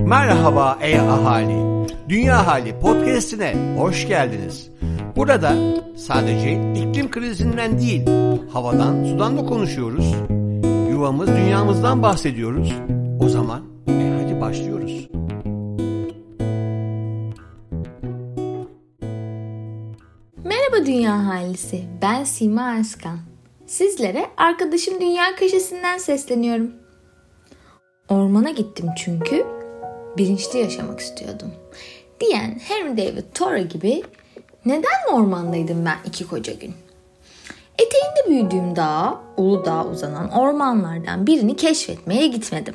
Merhaba ey ahali. Dünya Hali podcast'ine hoş geldiniz. Burada sadece iklim krizinden değil, havadan, sudan da konuşuyoruz. Yuvamız, dünyamızdan bahsediyoruz. O zaman hadi başlıyoruz. Merhaba Dünya Halisi, ben Sima Özkan. Sizlere arkadaşım Dünya Köşesi'nden sesleniyorum. Ormana gittim çünkü bilinçli yaşamak istiyordum diyen Henry David Thoreau gibi neden ormandaydım ben 2 koca gün? Eteğinde büyüdüğüm dağa, Uludağ'a uzanan ormanlardan birini keşfetmeye gitmedim.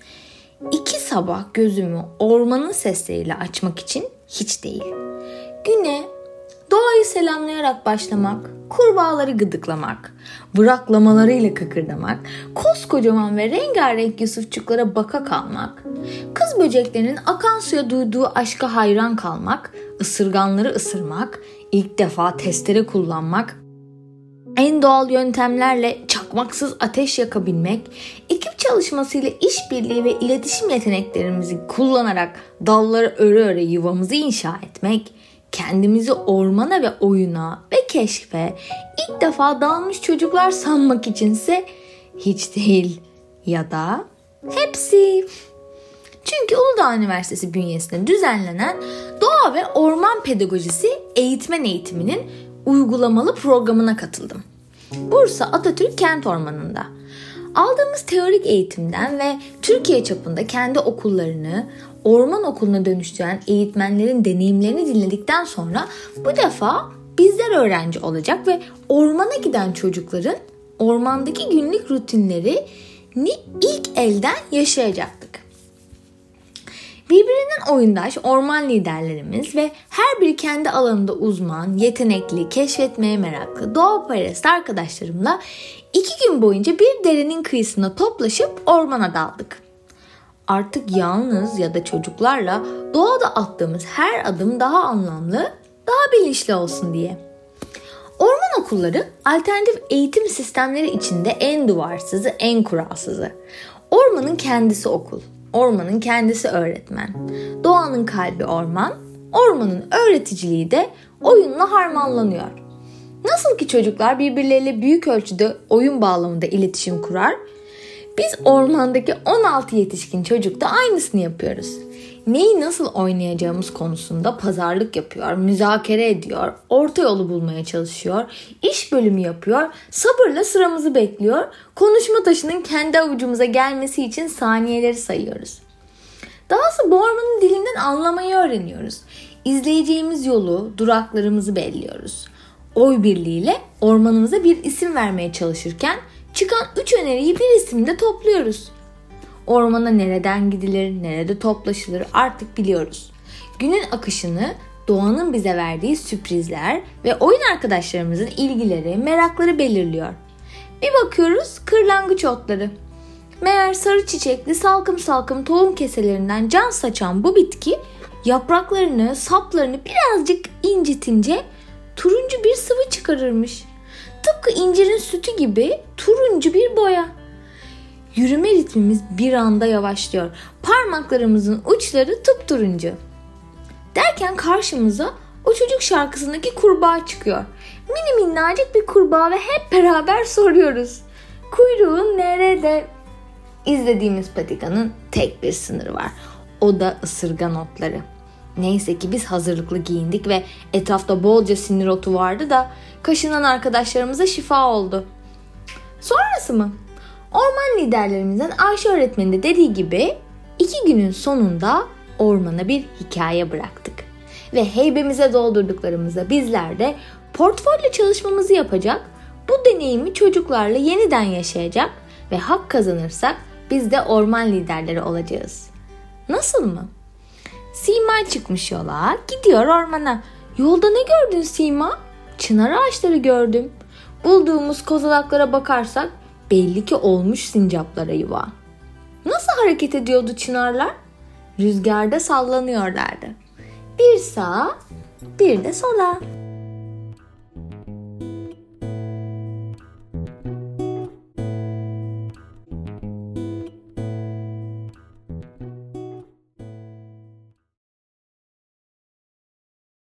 2 sabah gözümü ormanın sesleriyle açmak için hiç değil. Güne doğayı selamlayarak başlamak, kurbağaları gıdıklamak, bıraklamalarıyla kıkırdamak, koskocaman ve rengarenk yusufçuklara baka kalmak, kız böceklerinin akan suya duyduğu aşka hayran kalmak, ısırganları ısırmak, ilk defa testere kullanmak, en doğal yöntemlerle çakmaksız ateş yakabilmek, ekip çalışmasıyla işbirliği ve iletişim yeteneklerimizi kullanarak dalları öre öre yuvamızı inşa etmek, kendimizi ormana ve oyuna ve keşfe ilk defa dalmış çocuklar sanmak içinse hiç değil ya da hepsi. Çünkü Uludağ Üniversitesi bünyesinde düzenlenen Doğa ve Orman Pedagojisi eğitmen eğitiminin uygulamalı programına katıldım. Bursa Atatürk Kent Ormanı'nda. Aldığımız teorik eğitimden ve Türkiye çapında kendi okullarını orman okuluna dönüştüren eğitmenlerin deneyimlerini dinledikten sonra bu defa bizler öğrenci olacak ve ormana giden çocukların ormandaki günlük rutinlerini ilk elden yaşayacaktık. Birbirinden oyundaş orman liderlerimiz ve her biri kendi alanında uzman, yetenekli, keşfetmeye meraklı, doğaperest arkadaşlarımla 2 gün boyunca bir derenin kıyısına toplaşıp ormana daldık. Artık yalnız ya da çocuklarla doğada attığımız her adım daha anlamlı, daha bilinçli olsun diye. Orman okulları alternatif eğitim sistemleri içinde en duvarsızı, en kuralsızı. Ormanın kendisi okul, ormanın kendisi öğretmen. Doğanın kalbi orman, ormanın öğreticiliği de oyunla harmanlanıyor. Nasıl ki çocuklar birbirleriyle büyük ölçüde oyun bağlamında iletişim kurar, biz ormandaki 16 yetişkin çocuk da aynısını yapıyoruz. Neyi nasıl oynayacağımız konusunda pazarlık yapıyor, müzakere ediyor, orta yolu bulmaya çalışıyor, iş bölümü yapıyor, sabırla sıramızı bekliyor, konuşma taşının kendi avucumuza gelmesi için saniyeleri sayıyoruz. Dahası bu ormanın dilinden anlamayı öğreniyoruz. İzleyeceğimiz yolu, duraklarımızı belliyoruz. Oy birliğiyle ormanımıza bir isim vermeye çalışırken çıkan 3 öneriyi bir isimde topluyoruz. Ormana nereden gidilir, nerede toplaşılır artık biliyoruz. Günün akışını doğanın bize verdiği sürprizler ve oyun arkadaşlarımızın ilgileri, merakları belirliyor. Bir bakıyoruz kırlangıç otları. Meğer sarı çiçekli salkım salkım tohum keselerinden can saçan bu bitki yapraklarını, saplarını birazcık incitince turuncu bir sıvı çıkarırmış. Tıpkı incirin sütü gibi turuncu bir boya. Yürüme ritmimiz bir anda yavaşlıyor. Parmaklarımızın uçları turuncu. Derken karşımıza o çocuk şarkısındaki kurbağa çıkıyor. Mini minnacık bir kurbağa ve hep beraber soruyoruz. Kuyruğun nerede? İzlediğimiz patikanın tek bir sınırı var. O da ısırgan otları. Neyse ki biz hazırlıklı giyindik ve etrafta bolca sinir otu vardı da kaşınan arkadaşlarımıza şifa oldu. Sonrası mı? Orman liderlerimizden Ayşe öğretmenin de dediği gibi 2 günün sonunda ormana bir hikaye bıraktık. Ve heybemize doldurduklarımızda bizler de portfolyo çalışmamızı yapacak, bu deneyimi çocuklarla yeniden yaşayacak ve hak kazanırsak biz de orman liderleri olacağız. Nasıl mı? Sima çıkmış yola, gidiyor ormana. Yolda ne gördün Sima? Çınar ağaçları gördüm. Bulduğumuz kozalaklara bakarsak belli ki olmuş sincaplara yuva. Nasıl hareket ediyordu çınarlar? Rüzgarda sallanıyorlardı. Bir sağa, bir de sola.